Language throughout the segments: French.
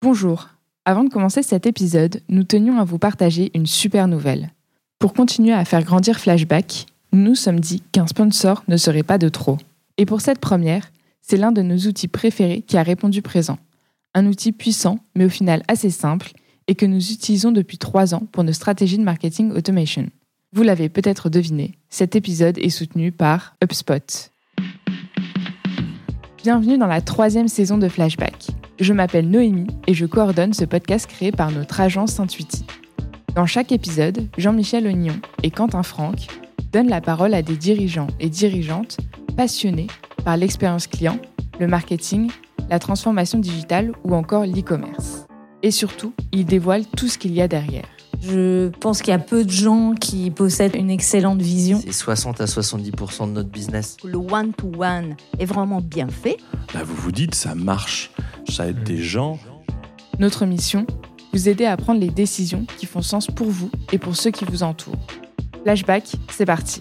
Bonjour. Avant de commencer cet épisode, nous tenions à vous partager une super nouvelle. Pour continuer à faire grandir Flashback, nous nous sommes dit qu'un sponsor ne serait pas de trop. Et pour cette première, c'est l'un de nos outils préférés qui a répondu présent. Un outil puissant, mais au final assez simple, et que nous utilisons depuis 3 ans pour nos stratégies de marketing automation. Vous l'avez peut-être deviné, cet épisode est soutenu par HubSpot. Bienvenue dans la 3e saison de Flashback. Je m'appelle Noémie et je coordonne ce podcast créé par notre agence Intuiti. Dans chaque épisode, Jean-Michel Ognon et Quentin Franck donnent la parole à des dirigeants et dirigeantes passionnés par l'expérience client, le marketing, la transformation digitale ou encore l'e-commerce. Et surtout, ils dévoilent tout ce qu'il y a derrière. Je pense qu'il y a peu de gens qui possèdent une excellente vision. C'est 60 à 70% de notre business. Le one-to-one est vraiment bien fait. Là, vous vous dites, ça marche, ça aide des gens. Notre mission, vous aider à prendre les décisions qui font sens pour vous et pour ceux qui vous entourent. Flashback, c'est parti.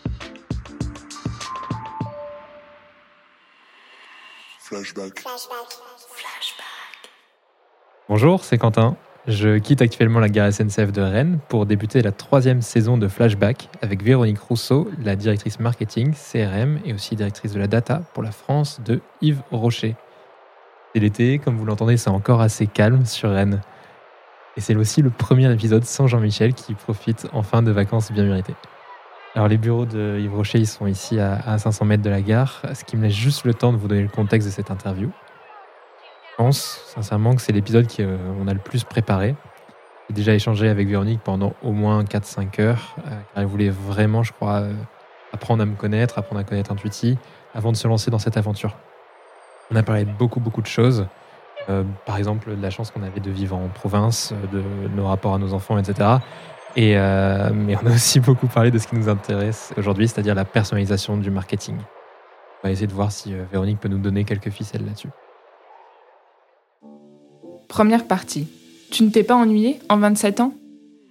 Flashback. Bonjour, c'est Quentin. Je quitte actuellement la gare SNCF de Rennes pour débuter la 3e saison de Flashback avec Véronique Rousseau, la directrice marketing, CRM et aussi directrice de la data pour la France de Yves Rocher. C'est l'été, comme vous l'entendez, c'est encore assez calme sur Rennes. Et c'est aussi le premier épisode sans Jean-Michel qui profite enfin de vacances bien méritées. Alors les bureaux de Yves Rocher, ils sont ici à 500 mètres de la gare, ce qui me laisse juste le temps de vous donner le contexte de cette interview. Je pense sincèrement que c'est l'épisode qu'on a le plus préparé. J'ai déjà échangé avec Véronique pendant au moins 4-5 heures, car elle voulait vraiment, je crois, apprendre à me connaître, apprendre à connaître Intuiti, avant de se lancer dans cette aventure. On a parlé de beaucoup de choses, par exemple de la chance qu'on avait de vivre en province, de nos rapports à nos enfants, etc. Mais on a aussi beaucoup parlé de ce qui nous intéresse aujourd'hui, c'est-à-dire la personnalisation du marketing. On va essayer de voir si Véronique peut nous donner quelques ficelles là-dessus. Première partie. Tu ne t'es pas ennuyé en 27 ans ?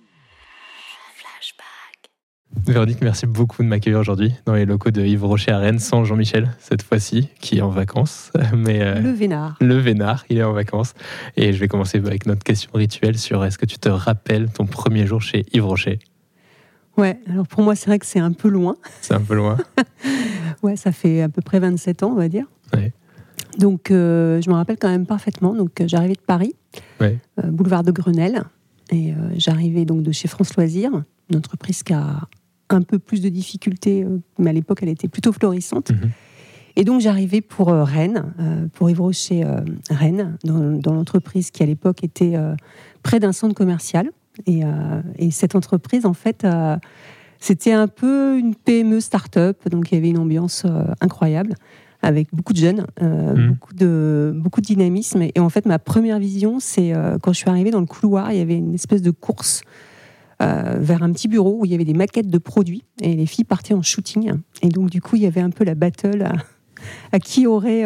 Véronique, merci beaucoup de m'accueillir aujourd'hui dans les locaux de Yves Rocher à Rennes, sans Jean-Michel, cette fois-ci, qui est en vacances. Le Vénard. Le Vénard, il est en vacances. Et je vais commencer avec notre question rituelle sur est-ce que tu te rappelles ton premier jour chez Yves Rocher ? Ouais, alors pour moi, c'est vrai que c'est un peu loin. C'est un peu loin. Ouais, ça fait à peu près 27 ans, on va dire. Ouais. Donc, je me rappelle quand même parfaitement. Donc, j'arrivais de Paris, Ouais. boulevard de Grenelle. Et j'arrivais donc de chez France Loisirs, une entreprise qui a un peu plus de difficultés, mais à l'époque, elle était plutôt florissante. Mhm. Et donc, j'arrivais pour Rennes, pour Yves Rocher Rennes, dans l'entreprise qui, à l'époque, était près d'un centre commercial. Et cette entreprise, en fait, c'était un peu une PME start-up. Donc, il y avait une ambiance incroyable, avec beaucoup de jeunes, beaucoup de dynamisme. Et en fait, ma première vision, c'est quand je suis arrivée dans le couloir, il y avait une espèce de course vers un petit bureau où il y avait des maquettes de produits et les filles partaient en shooting. Et donc, du coup, il y avait un peu la battle à qui aurait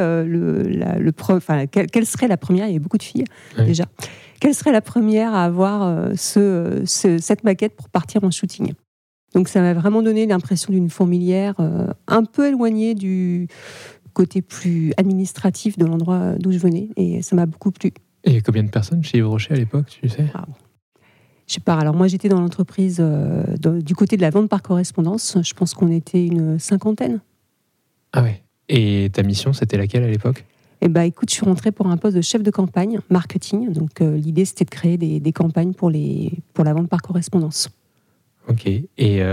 quelle serait la première, il y avait beaucoup de filles déjà, quelle serait la première à avoir cette maquette pour partir en shooting. Donc, ça m'a vraiment donné l'impression d'une fourmilière un peu éloignée du côté plus administratif de l'endroit d'où je venais, et ça m'a beaucoup plu. Et combien de personnes chez Yves Rocher à l'époque, tu sais ? Je sais pas, alors moi j'étais dans l'entreprise du côté de la vente par correspondance, je pense qu'on était une 50aine. Ah ouais. Et ta mission, c'était laquelle à l'époque ? Eh ben, écoute, je suis rentrée pour un poste de chef de campagne, marketing, donc l'idée c'était de créer des campagnes pour la vente par correspondance. Ok, et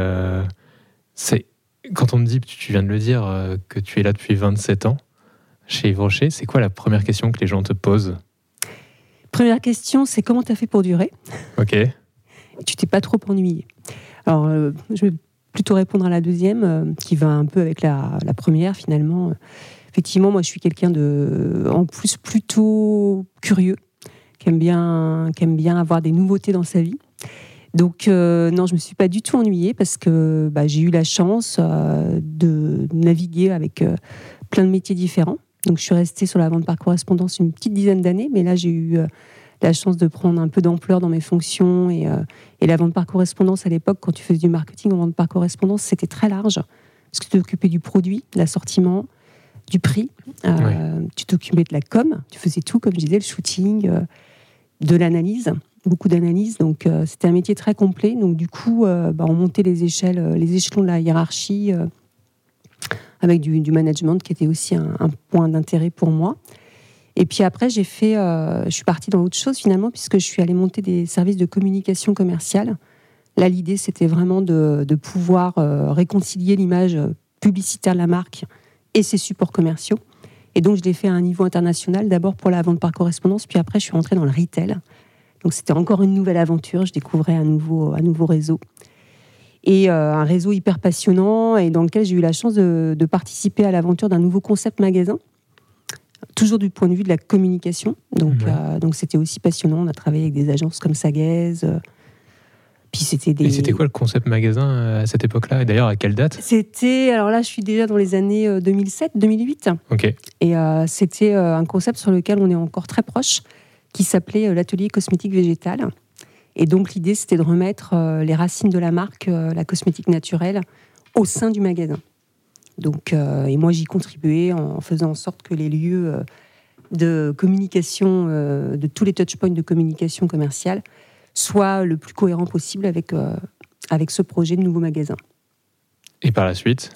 quand on me dit, tu viens de le dire, que tu es là depuis 27 ans chez Yves Rocher, c'est quoi la première question que les gens te posent ? Première question, c'est comment tu as fait pour durer ? Ok. Et tu t'es pas trop ennuyé ? Alors, je vais plutôt répondre à la deuxième, qui va un peu avec la première finalement. Effectivement, moi je suis quelqu'un en plus plutôt curieux, qui aime bien avoir des nouveautés dans sa vie. Donc non, je me suis pas du tout ennuyée parce que j'ai eu la chance de naviguer avec plein de métiers différents. Donc je suis restée sur la vente par correspondance une petite dizaine d'années, mais là j'ai eu la chance de prendre un peu d'ampleur dans mes fonctions et la vente par correspondance à l'époque, quand tu faisais du marketing en vente par correspondance, c'était très large parce que tu t'occupais du produit, de l'assortiment, du prix, tu t'occupais de la com, tu faisais tout, comme je disais, le shooting, de l'analyse, beaucoup d'analyse. Donc, c'était un métier très complet. Donc, du coup, on montait les échelons de la hiérarchie avec du management qui était aussi un point d'intérêt pour moi. Et puis après, je suis partie dans autre chose finalement, puisque je suis allée monter des services de communication commerciale. Là, l'idée, c'était vraiment de pouvoir réconcilier l'image publicitaire de la marque et ses supports commerciaux. Et donc, je l'ai fait à un niveau international, d'abord pour la vente par correspondance, puis après, je suis rentrée dans le retail. Donc, c'était encore une nouvelle aventure. Je découvrais un nouveau réseau. Et un réseau hyper passionnant et dans lequel j'ai eu la chance de participer à l'aventure d'un nouveau concept magasin, toujours du point de vue de la communication. Donc c'était aussi passionnant. On a travaillé avec des agences comme Sagez. Puis Et c'était quoi le concept magasin à cette époque-là? Et d'ailleurs, à quelle date? Alors là, je suis déjà dans les années 2007-2008. Ok. Et c'était un concept sur lequel on est encore très proche, qui s'appelait l'atelier cosmétique végétal. Et donc, l'idée, c'était de remettre les racines de la marque, la cosmétique naturelle, au sein du magasin. Donc, et moi, j'y contribuais en faisant en sorte que les lieux de communication, de tous les touchpoints de communication commerciale, soient le plus cohérents possible avec ce projet de nouveau magasin. Et par la suite?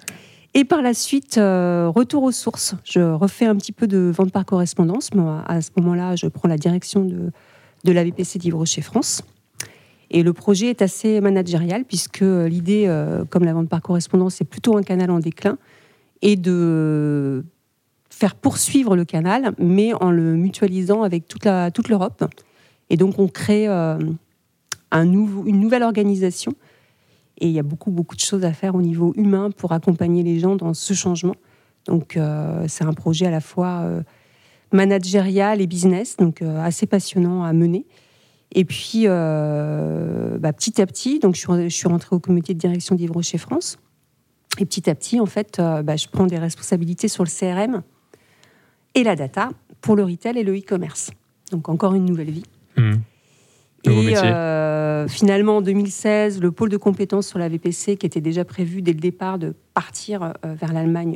Retour aux sources. Je refais un petit peu de vente par correspondance. Moi, à ce moment-là, je prends la direction de la VPC d'Yves Rocher France. Et le projet est assez managérial, puisque l'idée, comme la vente par correspondance, c'est plutôt un canal en déclin, et de faire poursuivre le canal, mais en le mutualisant avec toute l'Europe. Et donc, on crée une nouvelle organisation. Et il y a beaucoup de choses à faire au niveau humain pour accompagner les gens dans ce changement. Donc, c'est un projet à la fois managérial et business, donc assez passionnant à mener. Et puis, petit à petit, donc je suis rentrée au comité de direction d'Yves Rocher France. Et petit à petit, en fait, je prends des responsabilités sur le CRM et la data pour le retail et le e-commerce. Donc, encore une nouvelle vie. Nouveau métier. Finalement, en 2016, le pôle de compétences sur la VPC, qui était déjà prévu dès le départ de partir vers l'Allemagne,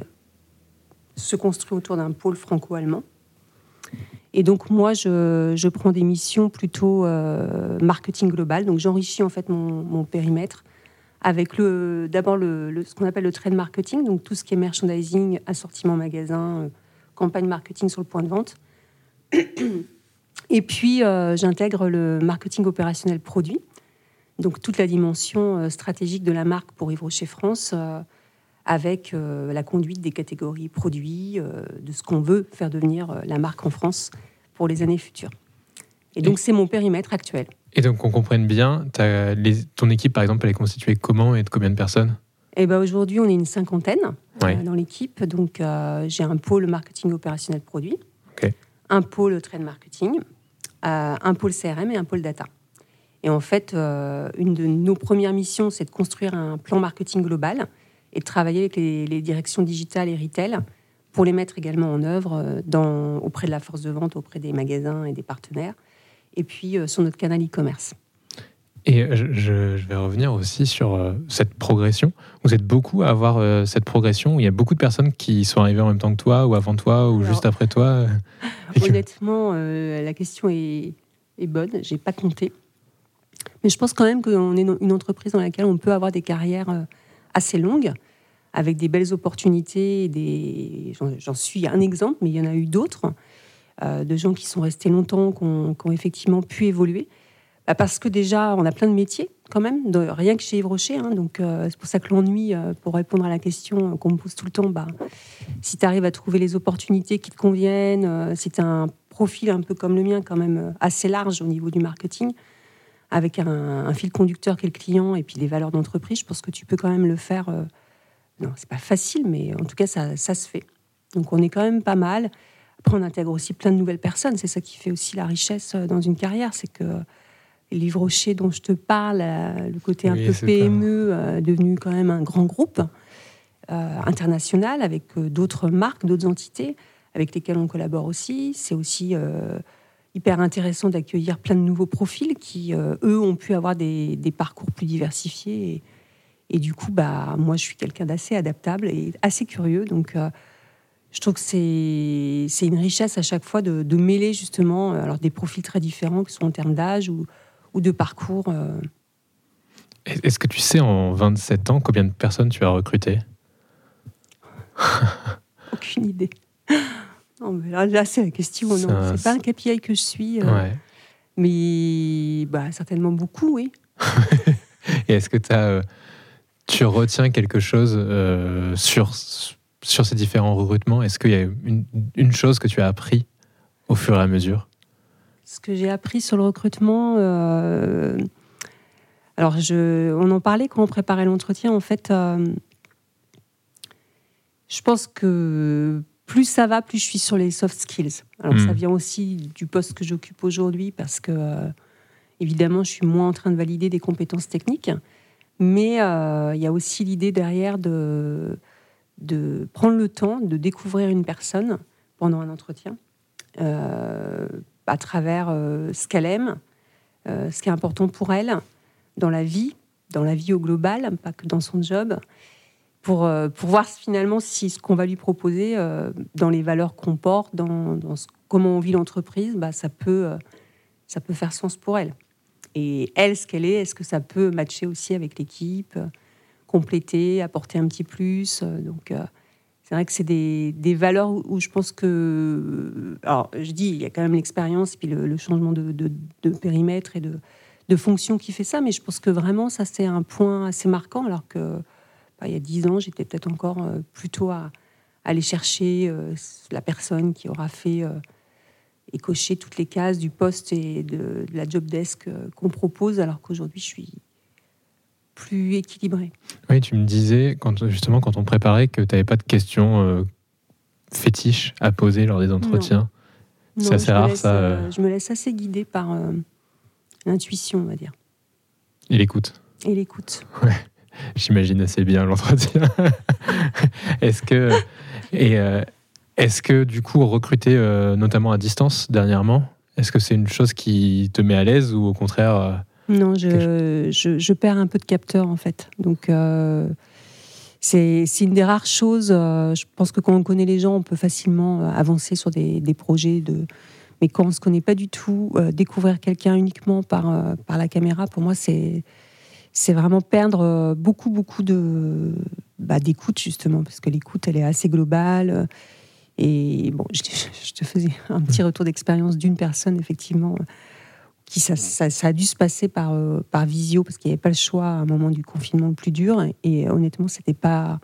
se construit autour d'un pôle franco-allemand. Et donc, moi, je prends des missions plutôt marketing global. Donc, j'enrichis en fait mon périmètre avec d'abord ce qu'on appelle le trade marketing, donc tout ce qui est merchandising, assortiment magasin, campagne marketing sur le point de vente. Et puis, j'intègre le marketing opérationnel produit, donc toute la dimension stratégique de la marque pour Yves Rocher France, avec la conduite des catégories produits, de ce qu'on veut faire devenir la marque en France pour les années futures. Et donc, c'est mon périmètre actuel. Et donc, qu'on comprenne bien, ton équipe, par exemple, elle est constituée comment et de combien de personnes? Aujourd'hui, on est une 50aine dans l'équipe. Donc, j'ai un pôle marketing opérationnel produit, un pôle trade marketing, un pôle CRM et un pôle data. Et en fait, une de nos premières missions, c'est de construire un plan marketing global et de travailler avec les directions digitales et retail pour les mettre également en œuvre auprès de la force de vente, auprès des magasins et des partenaires, et puis sur notre canal e-commerce. Et je vais revenir aussi sur cette progression. Vous êtes beaucoup à avoir cette progression où il y a beaucoup de personnes qui sont arrivées en même temps que toi, ou avant toi, ou juste après toi. Honnêtement, la question est bonne. Je n'ai pas compté. Mais je pense quand même qu'on est une entreprise dans laquelle on peut avoir des carrières assez longues, avec des belles opportunités. J'en suis un exemple, mais il y en a eu d'autres, de gens qui sont restés longtemps, qui ont effectivement pu évoluer. Parce que déjà, on a plein de métiers, quand même, rien que chez Yves Rocher. Donc, c'est pour ça que l'ennui, pour répondre à la question qu'on me pose tout le temps, si tu arrives à trouver les opportunités qui te conviennent, si tu as un profil un peu comme le mien, quand même assez large au niveau du marketing, avec un fil conducteur qui est le client et puis les valeurs d'entreprise, je pense que tu peux quand même le faire. Non, c'est pas facile, mais en tout cas, ça se fait. Donc, on est quand même pas mal. Après, on intègre aussi plein de nouvelles personnes. C'est ça qui fait aussi la richesse dans une carrière, c'est que Yves Rocher dont je te parle, le côté un peu PME, devenu quand même un grand groupe international avec d'autres marques, d'autres entités avec lesquelles on collabore aussi. C'est aussi hyper intéressant d'accueillir plein de nouveaux profils qui, eux, ont pu avoir des parcours plus diversifiés. Et du coup, moi, je suis quelqu'un d'assez adaptable et assez curieux. Donc, je trouve que c'est une richesse à chaque fois de mêler justement alors des profils très différents, que ce soit en termes d'âge ou de parcours. Est-ce que tu sais en 27 ans combien de personnes tu as recrutées ? Aucune idée. Non, mais là c'est la question. Non, c'est pas un KPI que je suis. Ouais. Mais certainement beaucoup, oui. Et est-ce que tu retiens quelque chose sur ces différents recrutements ? Est-ce qu'il y a une chose que tu as appris au fur et à mesure ? Ce que j'ai appris sur le recrutement, on en parlait quand on préparait l'entretien. En fait, je pense que plus ça va, plus je suis sur les soft skills. Alors ça vient aussi du poste que j'occupe aujourd'hui parce que évidemment, je suis moins en train de valider des compétences techniques, mais il y a aussi l'idée derrière de prendre le temps de découvrir une personne pendant un entretien à travers ce qu'elle aime, ce qui est important pour elle dans la vie au global, pas que dans son job, pour voir finalement si ce qu'on va lui proposer dans les valeurs qu'on porte, dans comment on vit l'entreprise, ça peut faire sens pour elle. Et elle, ce qu'elle est, est-ce que ça peut matcher aussi avec l'équipe, compléter, apporter un petit plus. Donc, c'est vrai que c'est des valeurs où je pense que... Alors, je dis, il y a quand même l'expérience et puis le changement de périmètre et de fonction qui fait ça, mais je pense que vraiment, ça, c'est un point assez marquant, alors que il y a 10 ans, j'étais peut-être encore plutôt à aller chercher la personne qui aura fait... et cocher toutes les cases du poste et de la job desk qu'on propose, alors qu'aujourd'hui, je suis plus équilibrée. Oui, tu me disais, quand on préparait, que tu n'avais pas de questions fétiches à poser lors des entretiens. Non, c'est assez rare, ça. Je me laisse assez guider par l'intuition, on va dire. Et l'écoute. Ouais, j'imagine assez bien l'entretien. Est-ce que, du coup, recruter notamment à distance dernièrement, est-ce que c'est une chose qui te met à l'aise ou au contraire Non, je perds un peu de capteur, en fait. Donc, c'est une des rares choses. Je pense que quand on connaît les gens, on peut facilement avancer sur des projets. Mais quand on ne se connaît pas du tout, découvrir quelqu'un uniquement par la caméra, pour moi, c'est vraiment perdre beaucoup d'écoute, justement, parce que l'écoute, elle est assez globale. Et bon, je te faisais un petit retour d'expérience d'une personne, effectivement, qui ça a dû se passer par visio, parce qu'il n'y avait pas le choix à un moment du confinement le plus dur. Et honnêtement, c'est pas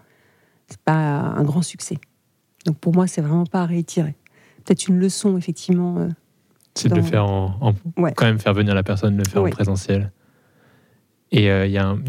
un grand succès. Donc pour moi, c'est vraiment pas à réitérer. Peut-être une leçon, effectivement. C'est de le faire quand même faire venir la personne, le faire en présentiel. Et il y a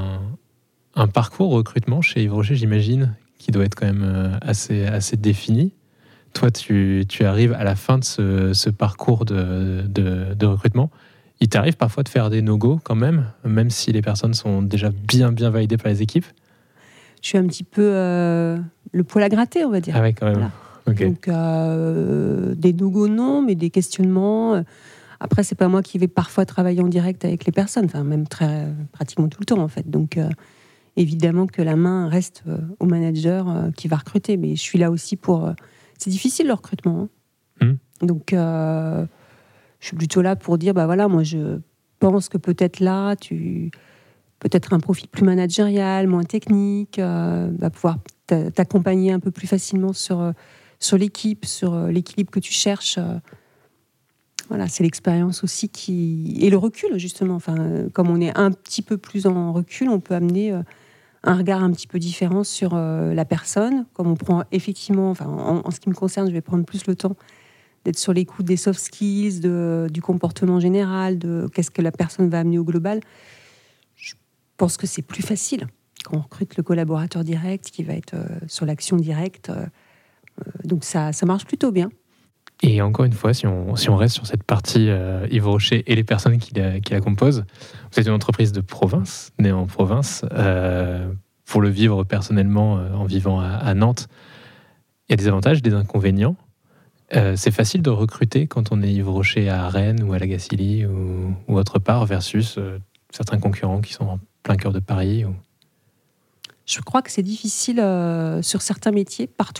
un parcours recrutement chez Yves Rocher, j'imagine, qui doit être quand même assez défini. Toi, tu arrives à la fin de ce parcours de recrutement. Il t'arrive parfois de faire des no-go quand même si les personnes sont déjà bien validées par les équipes? Je suis un petit peu le poil à gratter, on va dire. Ah ouais, quand même. Voilà. Okay. Donc, des no-go, non, mais des questionnements. Après, c'est pas moi qui vais parfois travailler en direct avec les personnes, enfin, même pratiquement tout le temps, en fait. Donc, évidemment que la main reste au manager qui va recruter, mais je suis là aussi pour... c'est difficile le recrutement. Donc, je suis plutôt là pour dire, moi je pense que peut-être là, peut-être un profil plus managérial, moins technique, va pouvoir t'accompagner un peu plus facilement sur l'équipe, sur l'équilibre que tu cherches. Voilà, c'est l'expérience aussi et le recul, justement. Enfin, comme on est un petit peu plus en recul, on peut amener... un regard un petit peu différent sur la personne, comme on prend effectivement, en ce qui me concerne, je vais prendre plus le temps d'être sur l'écoute des soft skills, du comportement général, de qu'est-ce que la personne va amener au global. Je pense que c'est plus facile quand on recrute le collaborateur direct qui va être sur l'action directe. Donc ça marche plutôt bien. Et encore une fois, si on reste sur cette partie Yves Rocher et les personnes qui la composent, vous êtes une entreprise de province, née en province. Pour le vivre personnellement, en vivant à Nantes, il y a des avantages, des inconvénients. C'est facile de recruter quand on est Yves Rocher à Rennes ou à la Gacilly ou autre part versus certains concurrents qui sont en plein cœur de Paris. Je crois que c'est difficile sur certains métiers, partout.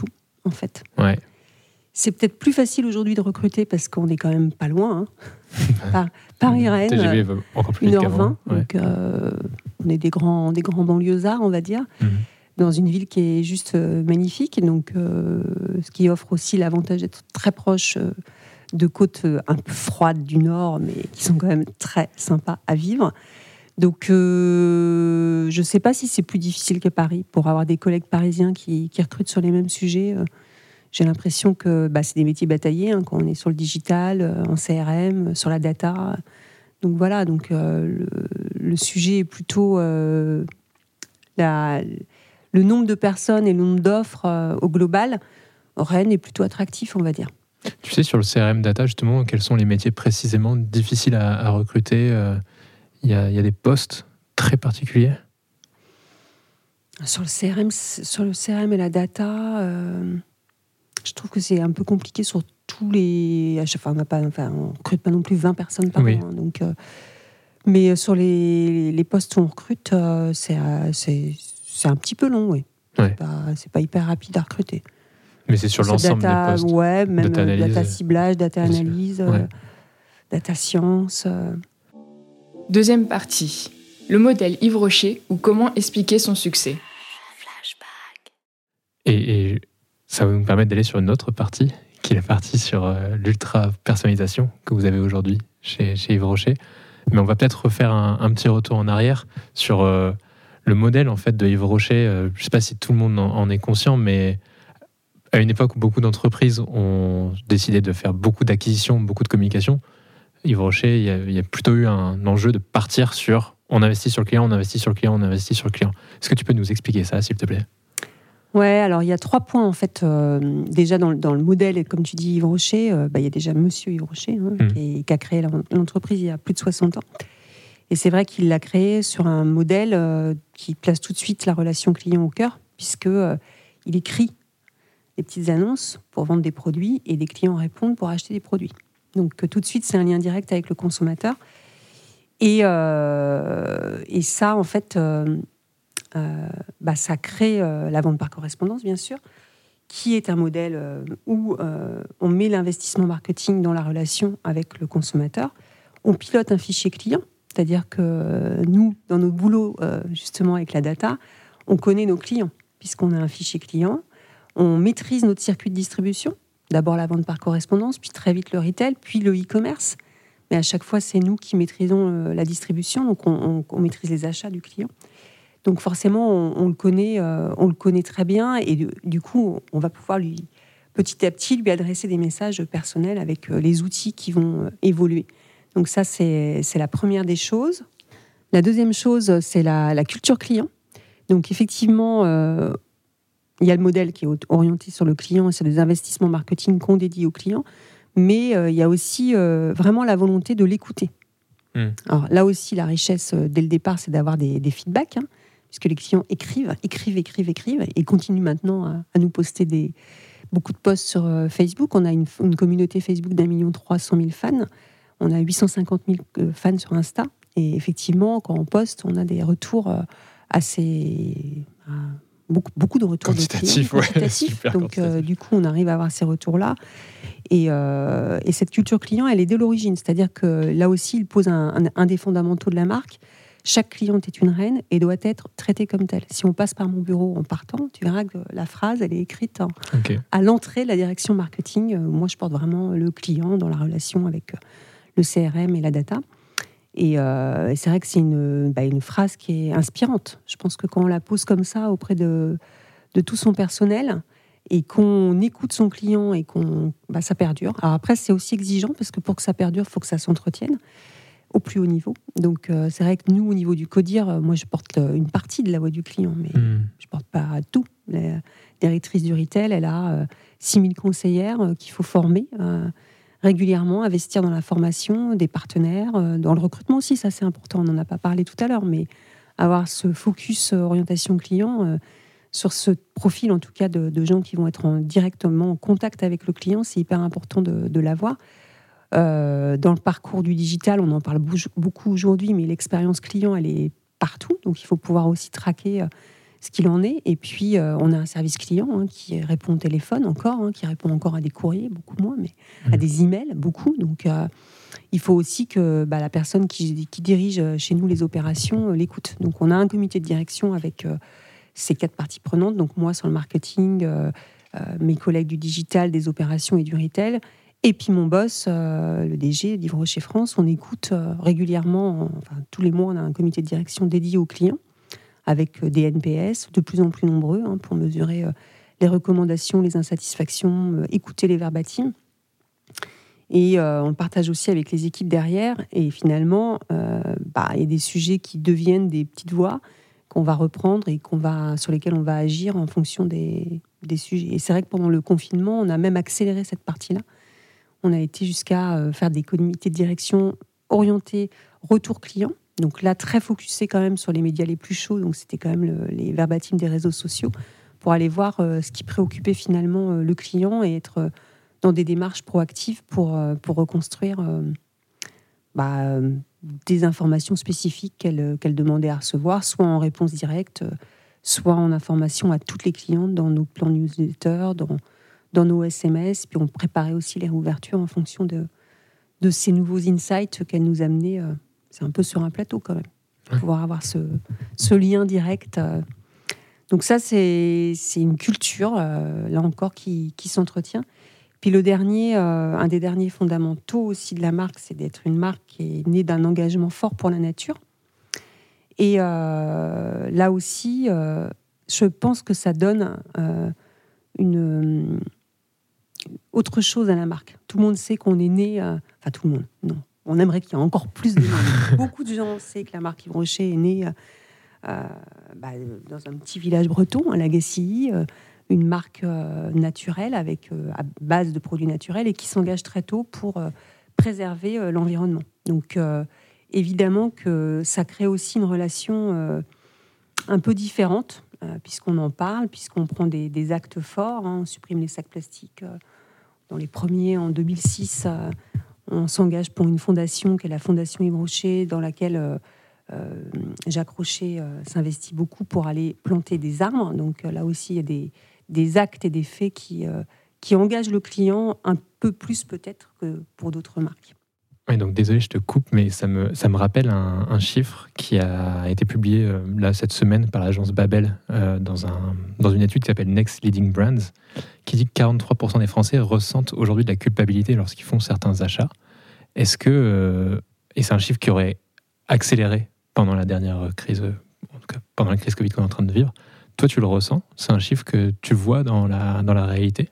en fait. Ouais. C'est peut-être plus facile aujourd'hui de recruter parce qu'on est quand même pas loin. Paris-Rennes, TGV va encore plus vite 1h20. qu'avant. Ouais. Donc, on est des grands banlieusards, on va dire, dans une ville qui est juste magnifique. Donc, ce qui offre aussi l'avantage d'être très proche de côtes un peu froides du nord, mais qui sont quand même très sympas à vivre. Donc, je ne sais pas si c'est plus difficile que Paris pour avoir des collègues parisiens qui recrutent sur les mêmes sujets. J'ai l'impression que c'est des métiers bataillés quand on est sur le digital, en CRM, sur la data. Donc voilà, le sujet est plutôt le nombre de personnes et le nombre d'offres au global. Rennes est plutôt attractif, on va dire. Tu sais, sur le CRM data, justement, quels sont les métiers précisément difficiles à recruter? Il y a des postes très particuliers? Sur le CRM et la data, je trouve que c'est un peu compliqué sur tous les... À chaque fois, on ne recrute pas non plus 20 personnes par an. Donc, mais sur les postes où on recrute, c'est un petit peu long, oui. Ouais. C'est pas hyper rapide à recruter. Mais c'est sur l'ensemble des postes. Ouais, même data ciblage, data analyse, data science. Deuxième partie. Le modèle Yves Rocher ou comment expliquer son succès. Et ça va nous permettre d'aller sur une autre partie, qui est la partie sur l'ultra-personnalisation que vous avez aujourd'hui chez Yves Rocher. Mais on va peut-être refaire un petit retour en arrière sur le modèle en fait, de Yves Rocher. Je ne sais pas si tout le monde en est conscient, mais à une époque où beaucoup d'entreprises ont décidé de faire beaucoup d'acquisitions, beaucoup de communication, Yves Rocher, il y a plutôt eu un enjeu de partir sur on investit sur le client, on investit sur le client, on investit sur le client. Est-ce que tu peux nous expliquer ça, s'il te plaît ? Ouais, alors il y a 3 points en fait. Déjà dans le modèle, comme tu dis Yves Rocher, il y a déjà Monsieur Yves Rocher qui a créé l'entreprise il y a plus de 60 ans. Et c'est vrai qu'il l'a créé sur un modèle qui place tout de suite la relation client au cœur, puisque il écrit des petites annonces pour vendre des produits et des clients répondent pour acheter des produits. Donc tout de suite, c'est un lien direct avec le consommateur. Et ça, en fait, ça crée la vente par correspondance, bien sûr, qui est un modèle où on met l'investissement marketing dans la relation avec le consommateur. On pilote un fichier client, c'est-à-dire que nous, dans nos boulots, justement, avec la data, on connaît nos clients, puisqu'on a un fichier client. On maîtrise notre circuit de distribution. D'abord la vente par correspondance, puis très vite le retail, puis le e-commerce. Mais à chaque fois, c'est nous qui maîtrisons la distribution, donc on maîtrise les achats du client. Donc forcément, on le connaît très bien, et du coup, on va pouvoir petit à petit lui adresser des messages personnels avec les outils qui vont évoluer. Donc ça, c'est la première des choses. La deuxième chose, c'est la culture client. Donc effectivement, il y a le modèle qui est orienté sur le client et sur des investissements marketing qu'on dédie au client, mais il y a aussi vraiment la volonté de l'écouter. Alors là aussi, la richesse dès le départ, c'est d'avoir des feedbacks, puisque les clients écrivent et continuent maintenant à nous poster beaucoup de posts sur Facebook. On a une communauté Facebook d'1,3 million fans. On a 850 000 fans sur Insta. Et effectivement, quand on poste, on a des retours assez... Beaucoup de retours quantitatifs. Donc, du coup, on arrive à avoir ces retours-là. Et cette culture client, elle est dès l'origine. C'est-à-dire que là aussi, il pose un des fondamentaux de la marque. Chaque cliente est une reine et doit être traitée comme telle. Si on passe par mon bureau en partant, tu verras que la phrase, elle est écrite à l'entrée de la direction marketing. Moi, je porte vraiment le client dans la relation avec le CRM et la data. Et c'est vrai que c'est une phrase qui est inspirante. Je pense que quand on la pose comme ça auprès de tout son personnel et qu'on écoute son client et ça perdure. Alors après, c'est aussi exigeant parce que pour que ça perdure, il faut que ça s'entretienne au plus haut niveau. Donc c'est vrai que nous, au niveau du CODIR, moi je porte une partie de la voix du client, mais je porte pas tout. La directrice du retail, elle a 6000 conseillères qu'il faut former régulièrement, investir dans la formation des partenaires, dans le recrutement aussi, ça c'est important, on n'en a pas parlé tout à l'heure, mais avoir ce focus orientation client sur ce profil en tout cas de gens qui vont être directement en contact avec le client, c'est hyper important de l'avoir. Dans le parcours du digital, on en parle beaucoup aujourd'hui, mais l'expérience client, elle est partout, donc il faut pouvoir aussi traquer ce qu'il en est. Et puis, on a un service client qui répond au téléphone encore, qui répond encore à des courriers, beaucoup moins, mais à des emails, beaucoup. Donc, il faut aussi que la personne qui dirige chez nous les opérations l'écoute. Donc, on a un comité de direction avec ces 4 parties prenantes. Donc, moi, sur le marketing, mes collègues du digital, des opérations et du retail. Et puis, mon boss, le DG d'Yves Rocher France, on écoute régulièrement, tous les mois, on a un comité de direction dédié aux clients, avec des NPS de plus en plus nombreux pour mesurer les recommandations, les insatisfactions, écouter les verbatims. Et on le partage aussi avec les équipes derrière. Et finalement, il y a des sujets qui deviennent des petites voix qu'on va reprendre et sur lesquels on va agir en fonction des sujets. Et c'est vrai que pendant le confinement, on a même accéléré cette partie-là. On a été jusqu'à faire des comités de direction orientés retour client. Donc là, très focusé quand même sur les médias les plus chauds. Donc c'était quand même les verbatims des réseaux sociaux pour aller voir ce qui préoccupait finalement le client et être dans des démarches proactives pour reconstruire des informations spécifiques qu'elle demandait à recevoir, soit en réponse directe, soit en information à toutes les clientes dans nos plans newsletter, dans nos SMS. Puis on préparait aussi les réouvertures en fonction de ces nouveaux insights qu'elle nous amenait. C'est un peu sur un plateau quand même, pour pouvoir avoir ce lien direct. Donc ça, c'est une culture, là encore, qui s'entretient. Puis le dernier, un des derniers fondamentaux aussi de la marque, c'est d'être une marque qui est née d'un engagement fort pour la nature. Et là aussi, je pense que ça donne une autre chose à la marque. Tout le monde sait qu'on est né... Enfin, tout le monde, non. On aimerait qu'il y ait encore plus de monde. Beaucoup de gens savent que la marque Yves Rocher est née dans un petit village breton, à Lagacilly, une marque naturelle avec à base de produits naturels et qui s'engage très tôt pour préserver l'environnement. Donc, évidemment que ça crée aussi une relation un peu différente, puisqu'on en parle, puisqu'on prend des actes forts. On supprime les sacs plastiques. Dans les premiers, en 2006, on s'engage pour une fondation qui est la Fondation Yves Rocher, dans laquelle Jacques Rocher s'investit beaucoup pour aller planter des arbres. Donc là aussi, il y a des actes et des faits qui engagent le client un peu plus peut-être que pour d'autres marques. Oui, donc désolé, je te coupe, mais ça me rappelle un chiffre qui a été publié là cette semaine par l'agence Babel dans une étude qui s'appelle Next Leading Brands, qui dit que 43% des Français ressentent aujourd'hui de la culpabilité lorsqu'ils font certains achats. Est-ce que et c'est un chiffre qui aurait accéléré pendant la dernière crise, en tout cas pendant la crise Covid qu'on est en train de vivre. Toi, tu le ressens? C'est un chiffre que tu vois dans la réalité?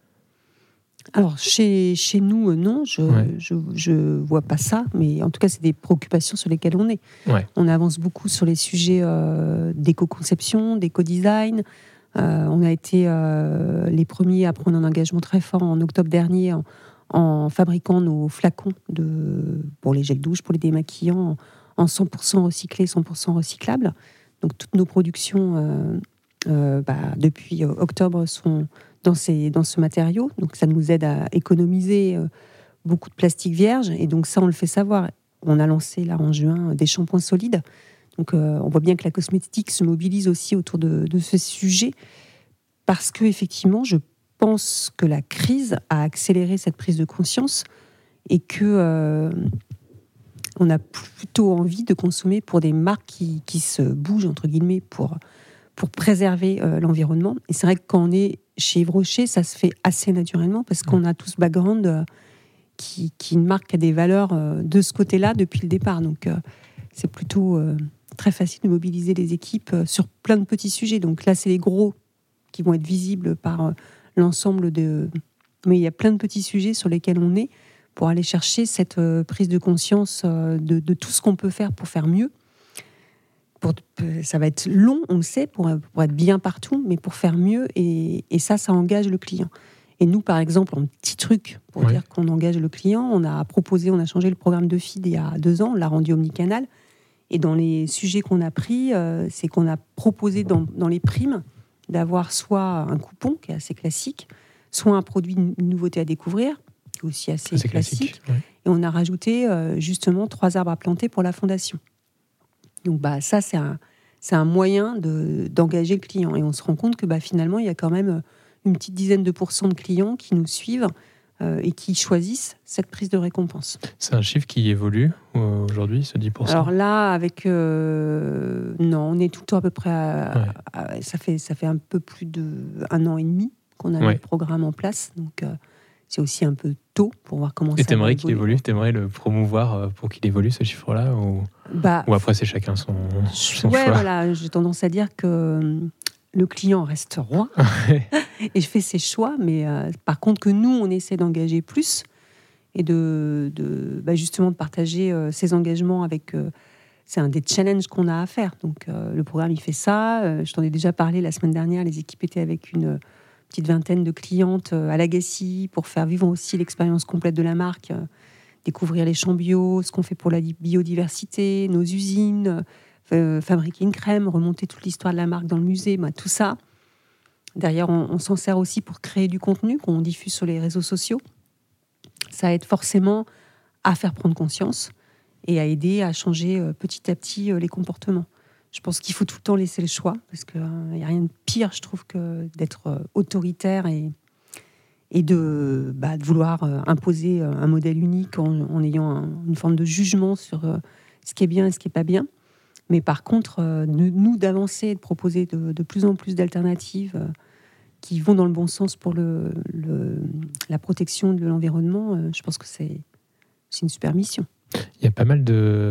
Alors, chez nous, non, je vois pas ça, mais en tout cas, c'est des préoccupations sur lesquelles on est. Ouais. On avance beaucoup sur les sujets d'éco-conception, d'éco-design. On a été les premiers à prendre un engagement très fort en octobre dernier en fabriquant nos flacons pour les gels douche, pour les démaquillants, en 100% recyclés, 100% recyclables. Donc, toutes nos productions, depuis octobre, sont dans ce matériau. Donc, ça nous aide à économiser beaucoup de plastique vierge. Et donc, ça, on le fait savoir. On a lancé, là, en juin, des shampoings solides. Donc, on voit bien que la cosmétique se mobilise aussi autour de ce sujet. Parce qu'effectivement, je pense que la crise a accéléré cette prise de conscience et que on a plutôt envie de consommer pour des marques qui se bougent, entre guillemets, pour préserver l'environnement. Et c'est vrai que quand on est chez Yves Rocher, ça se fait assez naturellement parce qu'on a tout ce background qui une marque a des valeurs de ce côté-là depuis le départ. Donc, c'est plutôt très facile de mobiliser les équipes sur plein de petits sujets. Donc là, c'est les gros qui vont être visibles par l'ensemble de... Mais il y a plein de petits sujets sur lesquels on est pour aller chercher cette prise de conscience de tout ce qu'on peut faire pour faire mieux. Ça va être long, on le sait, pour être bien partout, mais pour faire mieux, et ça engage le client. Et nous, par exemple, un petit truc pour dire qu'on engage le client, on a changé le programme de feed il y a 2 ans, on l'a rendu omnicanal, et dans les sujets qu'on a pris, c'est qu'on a proposé dans les primes d'avoir soit un coupon, qui est assez classique, soit un produit, une nouveauté à découvrir, qui est aussi assez classique. Et on a rajouté justement 3 arbres à planter pour la fondation. Donc ça, c'est c'est un moyen d'engager le client. Et on se rend compte que finalement, il y a quand même une petite dizaine de % de clients qui nous suivent et qui choisissent cette prise de récompense. C'est un chiffre qui évolue aujourd'hui, ce 10%? Alors là, non, on est tout le temps à peu près ça fait un peu plus d'1 an et demi qu'on a le programme en place. Donc, c'est aussi un peu tôt pour voir comment ça va. Et t'aimerais qu'il évolue? T'aimerais le promouvoir pour qu'il évolue, ce chiffre-là, ou après, c'est chacun son choix? Voilà, j'ai tendance à dire que le client reste roi et je fais ses choix, mais par contre que nous, on essaie d'engager plus et justement de partager ses engagements avec... c'est un des challenges qu'on a à faire. Donc le programme, il fait ça. Je t'en ai déjà parlé la semaine dernière. Les équipes étaient avec une petite vingtaine de clientes à Lagacy pour faire vivre aussi l'expérience complète de la marque, découvrir les champs bio, ce qu'on fait pour la biodiversité, nos usines, fabriquer une crème, remonter toute l'histoire de la marque dans le musée, tout ça. Derrière, on s'en sert aussi pour créer du contenu qu'on diffuse sur les réseaux sociaux. Ça aide forcément à faire prendre conscience et à aider à changer petit à petit les comportements. Je pense qu'il faut tout le temps laisser le choix, parce qu'il n'y a rien de pire, je trouve, que d'être autoritaire et de vouloir imposer un modèle unique en ayant une forme de jugement sur ce qui est bien et ce qui n'est pas bien. Mais par contre, nous d'avancer et de proposer de plus en plus d'alternatives qui vont dans le bon sens pour la protection de l'environnement, je pense que c'est une super mission. Il y a pas mal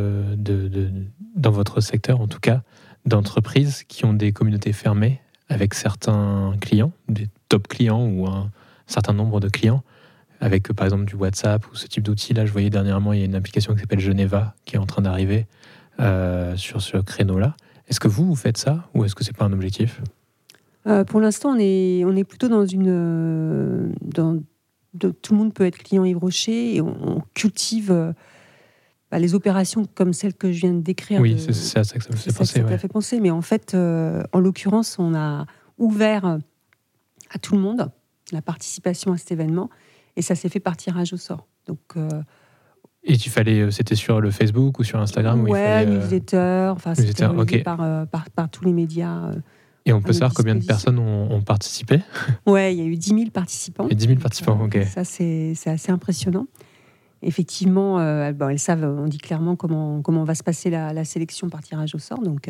dans votre secteur, en tout cas, d'entreprises qui ont des communautés fermées avec certains clients, des top clients ou un certain nombre de clients, avec par exemple du WhatsApp ou ce type d'outils. Là, je voyais dernièrement, il y a une application qui s'appelle Geneva qui est en train d'arriver sur ce créneau-là. Est-ce que vous faites ça ou est-ce que c'est pas un objectif? Pour l'instant, on est plutôt dans une... tout le monde peut être client Yves Rocher et on cultive... les opérations comme celles que je viens de décrire. Oui, c'est à ça que ça me fait penser. Ça fait penser, mais en fait, en l'occurrence, on a ouvert à tout le monde la participation à cet événement et ça s'est fait par tirage au sort. Donc, et c'était sur le Facebook ou sur Instagram? Newsletter, c'était relayé par tous les médias. Et on peut savoir combien de personnes ont participé? Ouais, il y a eu 10 000 participants. Et 10 000 participants, ok. Ça, c'est assez impressionnant. Effectivement, elles savent, on dit clairement comment va se passer la sélection par tirage au sort. Donc,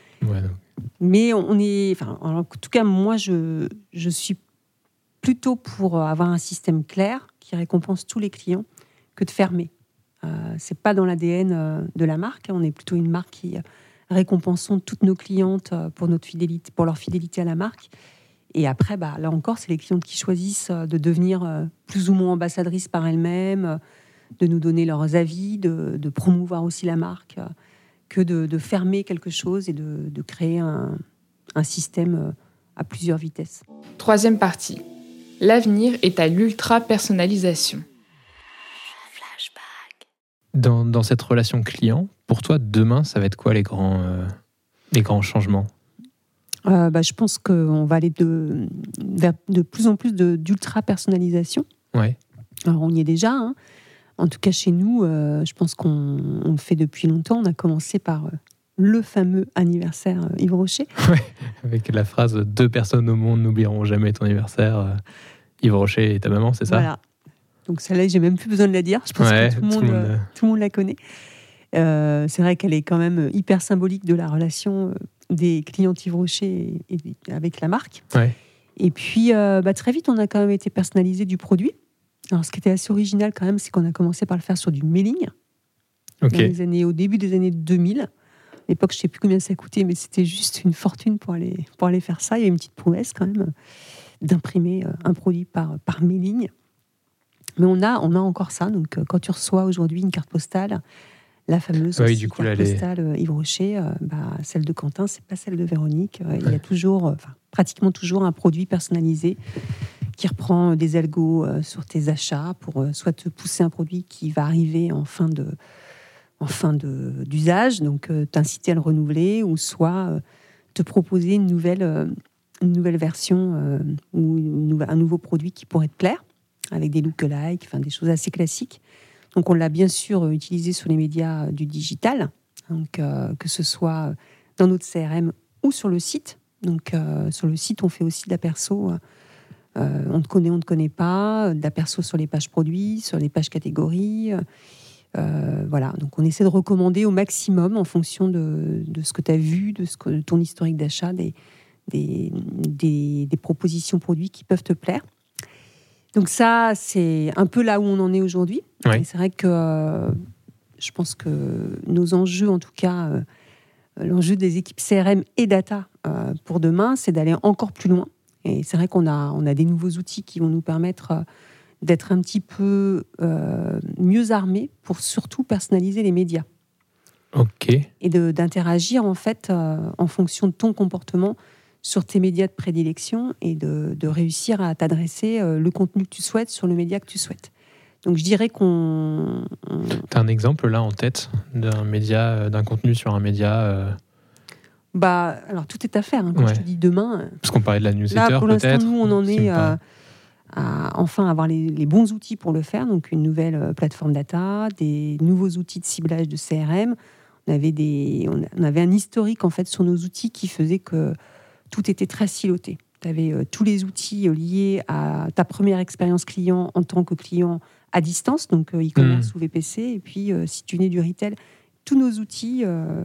mais en tout cas, moi, je suis plutôt pour avoir un système clair qui récompense tous les clients que de fermer. C'est pas dans l'ADN de la marque. On est plutôt une marque qui récompensons toutes nos clientes pour leur fidélité à la marque. Et après, là encore, c'est les clientes qui choisissent de devenir plus ou moins ambassadrices par elles-mêmes, de nous donner leurs avis, de promouvoir aussi la marque, que de fermer quelque chose et de créer un système à plusieurs vitesses. Troisième partie. L'avenir est à l'ultra-personnalisation. Dans cette relation client, pour toi, demain, ça va être quoi les grands changements? Je pense qu'on va aller vers de plus en plus d'ultra-personnalisation. Ouais. Alors, on y est déjà, hein. En tout cas, chez nous, je pense qu'on le fait depuis longtemps. On a commencé par le fameux anniversaire Yves Rocher. Ouais, avec la phrase « 2 personnes au monde n'oublieront jamais ton anniversaire ». Yves Rocher et ta maman, c'est ça? Voilà. Donc celle-là, j'ai même plus besoin de la dire. Je pense que tout le monde la connaît. C'est vrai qu'elle est quand même hyper symbolique de la relation des clients Yves Rocher avec la marque. Ouais. Et puis, très vite, on a quand même été personnalisé du produit. Alors, ce qui était assez original quand même, c'est qu'on a commencé par le faire sur du mailing. Okay. Au début des années 2000. À l'époque, je ne sais plus combien ça coûtait, mais c'était juste une fortune pour aller faire ça. Il y a une petite prouesse quand même d'imprimer un produit par mailing. Mais on a encore ça. Donc, quand tu reçois aujourd'hui une carte postale, la fameuse carte postale Yves Rocher, celle de Quentin, c'est pas celle de Véronique. Il y a toujours, pratiquement toujours, un produit personnalisé qui reprend des algos sur tes achats pour soit te pousser un produit qui va arriver en fin d'usage, donc t'inciter à le renouveler, ou soit te proposer une nouvelle version ou un nouveau produit qui pourrait te plaire, avec des lookalikes, des choses assez classiques. Donc on l'a bien sûr utilisé sur les médias du digital, donc que ce soit dans notre CRM ou sur le site. Donc, sur le site, on fait aussi de la perso. On te connaît, on ne te connaît pas. De la perso sur les pages produits, sur les pages catégories. Voilà. Donc, on essaie de recommander au maximum en fonction de ce que tu as vu, de ton historique d'achat, des propositions produits qui peuvent te plaire. Donc ça, c'est un peu là où on en est aujourd'hui. Ouais. Et c'est vrai que je pense que nos enjeux, en tout cas, l'enjeu des équipes CRM et data pour demain, c'est d'aller encore plus loin. Et c'est vrai qu'on a des nouveaux outils qui vont nous permettre d'être un petit peu mieux armés pour surtout personnaliser les médias. Ok. Et d'interagir en fait en fonction de ton comportement sur tes médias de prédilection et de réussir à t'adresser le contenu que tu souhaites sur le média que tu souhaites. Donc je dirais qu'on... T'as un exemple là en tête d'un média, d'un contenu sur un média Alors tout est à faire. Quand je te dis demain... Parce qu'on parlait de la newsletter, là, pour l'instant, peut-être. nous, on en est à enfin avoir les bons outils pour le faire. Donc une nouvelle plateforme data, des nouveaux outils de ciblage de CRM. On avait un historique en fait sur nos outils qui faisait que tout était très siloté. Tu avais tous les outils liés à ta première expérience client en tant que client à distance, donc e-commerce ou VPC. Et puis, si tu venais du retail, tous nos outils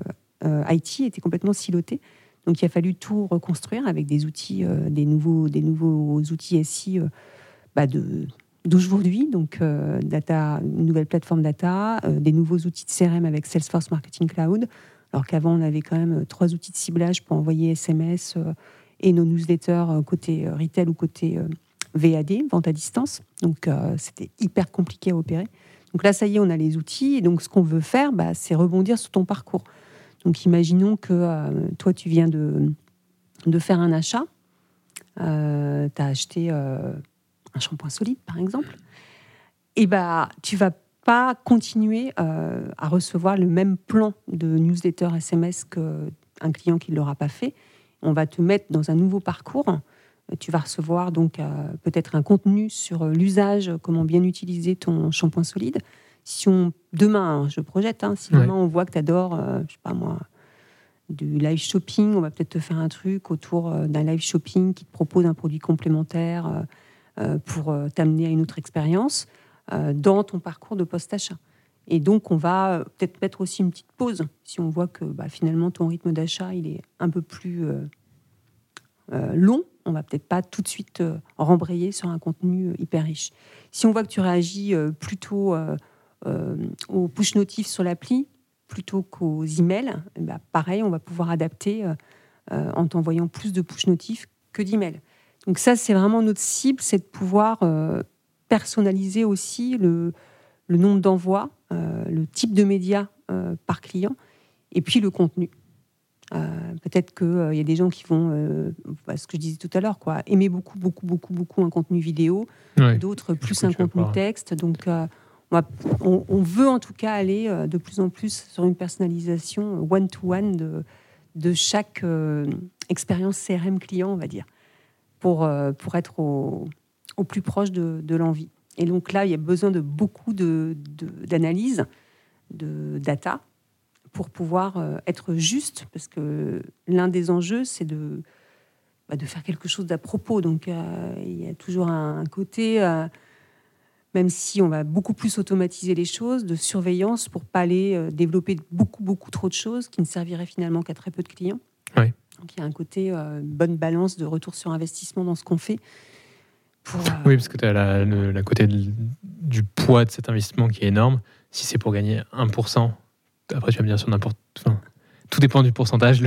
IT étaient complètement silotés. Donc, il a fallu tout reconstruire avec des outils, des nouveaux outils SI d'aujourd'hui. Donc, data, une nouvelle plateforme data, des nouveaux outils de CRM avec Salesforce Marketing Cloud. Alors qu'avant, on avait quand même 3 outils de ciblage pour envoyer SMS et nos newsletters côté retail ou côté VAD, vente à distance. Donc, c'était hyper compliqué à opérer. Donc là, ça y est, on a les outils. Et donc, ce qu'on veut faire, c'est rebondir sur ton parcours. Donc, imaginons que toi, tu viens de faire un achat. Tu as acheté un shampoing solide, par exemple. Et tu vas pas continuer à recevoir le même plan de newsletter SMS qu'un client qui ne l'aura pas fait. On va te mettre dans un nouveau parcours. Tu vas recevoir donc peut-être un contenu sur l'usage, comment bien utiliser ton shampoing solide. Si demain, je projette, si demain on voit que tu adores, je sais pas moi, du live shopping, on va peut-être te faire un truc autour d'un live shopping qui te propose un produit complémentaire pour t'amener à une autre expérience dans ton parcours de post-achat. Et donc, on va peut-être mettre aussi une petite pause si on voit que finalement, ton rythme d'achat il est un peu plus long. On va peut-être pas tout de suite rembrayer sur un contenu hyper riche. Si on voit que tu réagis plutôt aux push notifs sur l'appli plutôt qu'aux emails, pareil, on va pouvoir adapter en t'envoyant plus de push notifs que d'emails. Donc ça, c'est vraiment notre cible, c'est de pouvoir personnaliser aussi le nombre d'envois, le type de médias par client, et puis le contenu. Peut-être qu'il y a des gens qui vont, ce que je disais tout à l'heure, aimer beaucoup un contenu vidéo, d'autres plus un contenu texte. Donc, on veut en tout cas aller de plus en plus sur une personnalisation one-to-one de chaque expérience CRM client, on va dire, pour être au plus proche de l'envie. Et donc là, il y a besoin de beaucoup d'analyse, de data, pour pouvoir être juste, parce que l'un des enjeux, c'est de faire quelque chose d'à propos. Donc, il y a toujours un côté, même si on va beaucoup plus automatiser les choses, de surveillance pour ne pas aller développer beaucoup trop de choses qui ne serviraient finalement qu'à très peu de clients. Oui. Donc, il y a un côté bonne balance de retour sur investissement dans ce qu'on fait. Oui, parce que tu as la côté du poids de cet investissement qui est énorme. Si c'est pour gagner 1%, après tu vas me dire sur n'importe... Enfin, tout dépend du pourcentage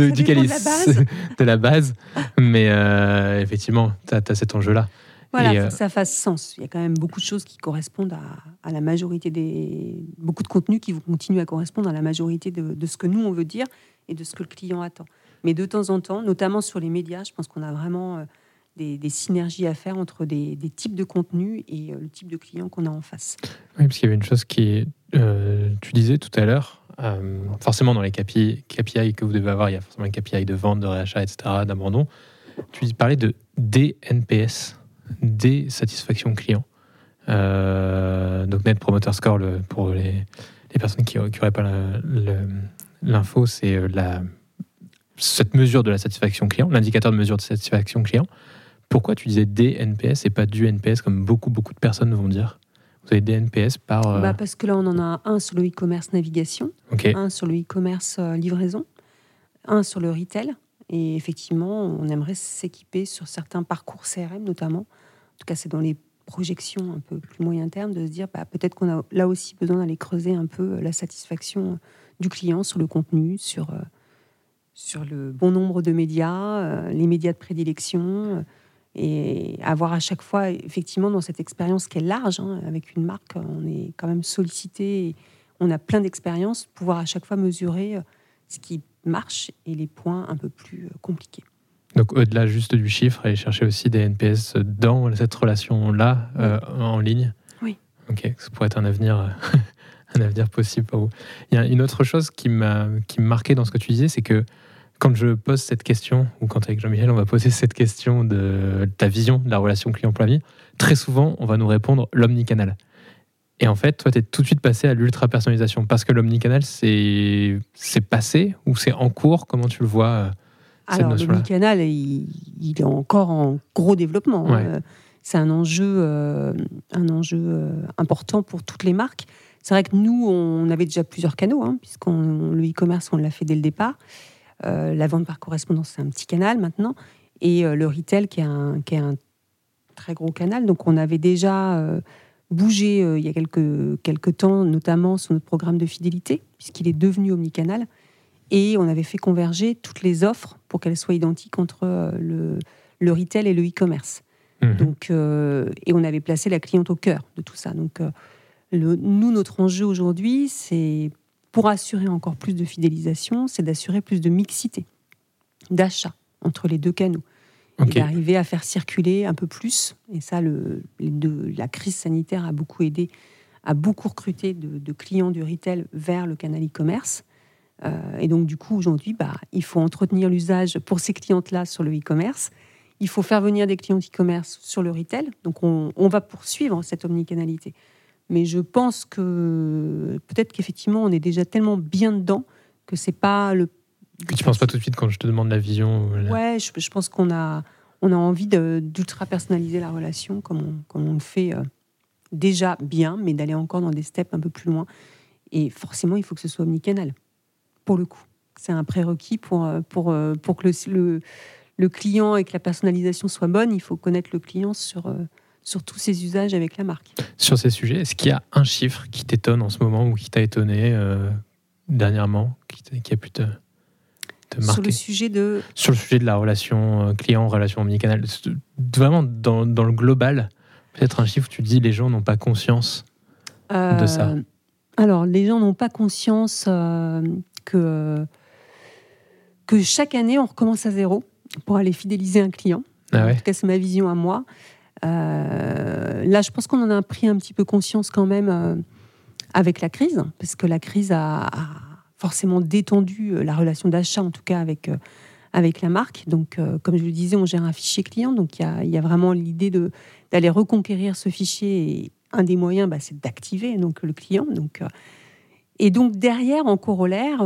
de la base. Mais effectivement, tu as cet enjeu-là. Voilà, il faut que ça fasse sens. Il y a quand même beaucoup de choses qui correspondent à la majorité beaucoup de contenus qui vont continuer à correspondre à la majorité de ce que nous, on veut dire et de ce que le client attend. Mais de temps en temps, notamment sur les médias, je pense qu'on a vraiment des synergies à faire entre des types de contenus et le type de client qu'on a en face. Oui, parce qu'il y avait une chose qui tu disais tout à l'heure, forcément dans les KPI que vous devez avoir, il y a forcément un KPI de vente, de réachat, etc., d'abandon. Tu parlais de DNPS, des satisfactions clients. Donc Net Promoter Score, pour les personnes qui n'auraient pas l'info, c'est cette mesure de la satisfaction client, l'indicateur de mesure de satisfaction client, pourquoi tu disais des NPS et pas du NPS comme beaucoup de personnes vont dire? Vous avez des NPS par... Parce que là, on en a un sur le e-commerce navigation, un sur le e-commerce livraison, un sur le retail. Et effectivement, on aimerait s'équiper sur certains parcours CRM notamment. En tout cas, c'est dans les projections un peu plus moyen terme de se dire peut-être qu'on a là aussi besoin d'aller creuser un peu la satisfaction du client sur le contenu, sur le bon nombre de médias, les médias de prédilection, et avoir à chaque fois, effectivement, dans cette expérience qui est large, avec une marque, on est quand même sollicité, et on a plein d'expériences, pouvoir à chaque fois mesurer ce qui marche et les points un peu plus compliqués. Donc au-delà juste du chiffre, aller chercher aussi des NPS dans cette relation-là, en ligne. Oui. Ok, ça pourrait être un avenir possible pour vous. Il y a une autre chose qui me marquait dans ce que tu disais, c'est que quand je pose cette question, ou quand avec Jean-Michel on va poser cette question de ta vision de la relation client pour la vie, très souvent on va nous répondre l'omnicanal. Et en fait, toi, tu es tout de suite passé à l'ultra-personnalisation, parce que l'omnicanal, c'est passé ou c'est en cours? Comment tu le vois, cette notion-là? Alors, l'omnicanal, il est encore en gros développement. Ouais. C'est un enjeu important pour toutes les marques. C'est vrai que nous, on avait déjà plusieurs canaux, puisque le e-commerce, on l'a fait dès le départ. La vente par correspondance, c'est un petit canal maintenant. Et le retail, qui est un très gros canal. Donc, on avait déjà... bougé il y a quelques temps, notamment sur notre programme de fidélité, puisqu'il est devenu omnicanal. Et on avait fait converger toutes les offres pour qu'elles soient identiques entre le retail et le e-commerce. Donc, et on avait placé la cliente au cœur de tout ça. Donc, notre enjeu aujourd'hui, c'est, pour assurer encore plus de fidélisation, c'est d'assurer plus de mixité, d'achat entre les deux canaux. Et d'arriver à faire circuler un peu plus. Et ça, la crise sanitaire a beaucoup aidé, a beaucoup recruté de clients du retail vers le canal e-commerce. Et donc, du coup, aujourd'hui, il faut entretenir l'usage pour ces clientes-là sur le e-commerce. Il faut faire venir des clients e-commerce sur le retail. Donc, on va poursuivre cette omnicanalité. Mais je pense que peut-être qu'effectivement, on est déjà tellement bien dedans que c'est pas le... Que tu ne penses pas tout de suite quand je te demande la vision. Ouais, je pense qu'on a envie d'ultra personnaliser la relation comme on le fait déjà bien, mais d'aller encore dans des steps un peu plus loin. Et forcément, il faut que ce soit omnicanal, pour le coup. C'est un prérequis pour que le client et que la personnalisation soit bonne. Il faut connaître le client sur tous ses usages avec la marque. Sur ces sujets, est-ce qu'il y a un chiffre qui t'étonne en ce moment ou qui t'a étonné dernièrement, qui a pu te marquer? Sur le sujet de la relation client, relation omnicanal, vraiment dans le global, peut-être un chiffre où tu te dis les gens n'ont pas conscience de ça. Alors, les gens n'ont pas conscience que chaque année, on recommence à zéro pour aller fidéliser un client. En tout cas, c'est ma vision à moi. Là, je pense qu'on en a pris un petit peu conscience quand même avec la crise, parce que la crise a forcément détendu la relation d'achat, en tout cas avec la marque. Donc, comme je le disais, on gère un fichier client, donc il y a vraiment l'idée d'aller reconquérir ce fichier. Et un des moyens, c'est d'activer donc le client. Et donc derrière, en corollaire,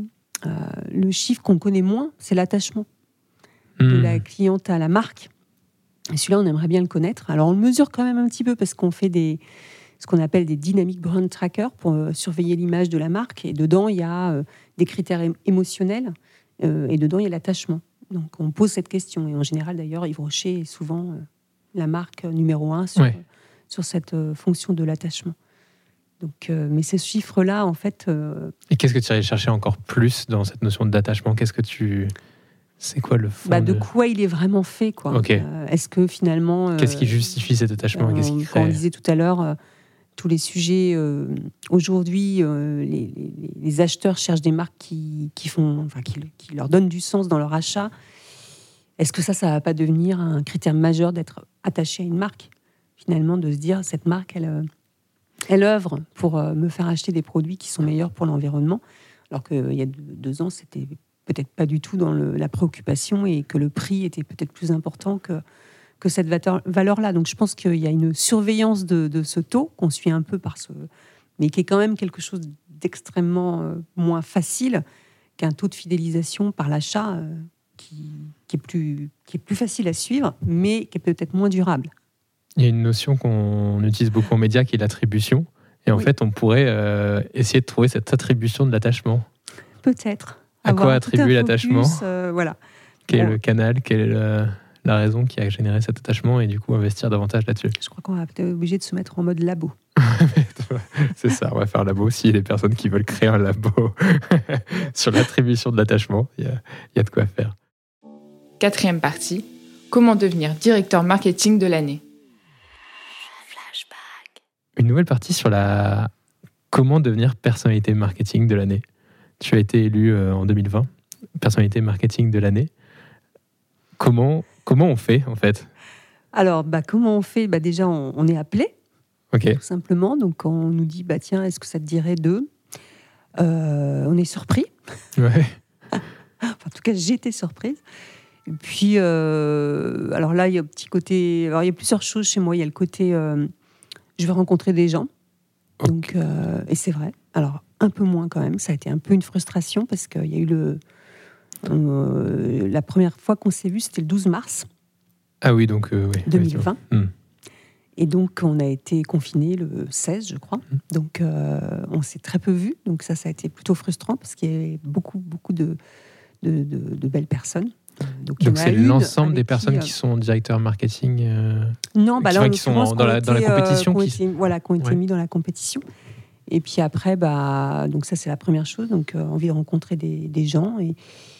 le chiffre qu'on connaît moins, c'est l'attachement de la cliente à la marque. Et celui-là, on aimerait bien le connaître. Alors, on le mesure quand même un petit peu parce qu'on fait ce qu'on appelle des dynamic brand trackers pour surveiller l'image de la marque. Et dedans, il y a des critères émotionnels et dedans, il y a l'attachement. Donc, on pose cette question. Et en général, d'ailleurs, Yves Rocher est souvent la marque numéro 1 sur cette fonction de l'attachement. Donc, mais ces chiffres-là, en fait... Et qu'est-ce que tu irais chercher encore plus dans cette notion d'attachement? C'est quoi le fond de quoi il est vraiment fait, quoi. Okay. Est-ce que finalement... Qu'est-ce qui justifie cet attachement? Quand on disait tout à l'heure, tous les sujets... aujourd'hui, les acheteurs cherchent des marques qui leur donnent du sens dans leur achat. Est-ce que ça ne va pas devenir un critère majeur d'être attaché à une marque? Finalement, de se dire, cette marque, elle œuvre pour me faire acheter des produits qui sont meilleurs pour l'environnement. Alors qu'il y a 2 ans, c'était... peut-être pas du tout dans la préoccupation et que le prix était peut-être plus important que cette valeur-là. Donc je pense qu'il y a une surveillance de ce taux qu'on suit un peu mais qui est quand même quelque chose d'extrêmement moins facile qu'un taux de fidélisation par l'achat qui est plus facile à suivre, mais qui est peut-être moins durable. Il y a une notion qu'on utilise beaucoup en médias qui est l'attribution. Et en fait, on pourrait essayer de trouver cette attribution de l'attachement. Peut-être. À quoi attribuer l'attachement ? Voilà. Quel est le canal ? Quelle est la raison qui a généré cet attachement ? Et du coup, investir davantage là-dessus. Je crois qu'on va peut-être être obligé de se mettre en mode labo. C'est ça, on va faire un labo. S'il y a des personnes qui veulent créer un labo sur l'attribution de l'attachement, il y a de quoi faire. 4e partie, comment devenir directeur marketing de l'année. Une nouvelle partie sur comment devenir personnalité marketing de l'année. Tu as été élu en 2020, personnalité marketing de l'année. Comment on fait, en fait ? Alors, comment on fait ? Déjà, on est appelé, tout simplement. Donc, on nous dit, tiens, est-ce que ça te dirait de... on est surpris. Ouais. En tout cas, j'étais surprise. Et puis, alors là, il y a un petit côté... Alors, il y a plusieurs choses chez moi. Il y a le côté... je vais rencontrer des gens. Donc, et c'est vrai. Alors, un peu moins quand même. Ça a été un peu une frustration parce qu'il y a eu la première fois qu'on s'est vu, c'était le 12 mars. Ah oui, donc... 2020. Et donc, on a été confinés le 16, je crois. Donc, on s'est très peu vus. Donc, ça a été plutôt frustrant parce qu'il y avait beaucoup de belles personnes. Donc c'est l'ensemble des personnes qui sont directeurs marketing non, là, qui sont dans la compétition qui ont été mis dans la compétition. Et puis après, donc ça, c'est la première chose. Donc, envie de rencontrer des gens. Et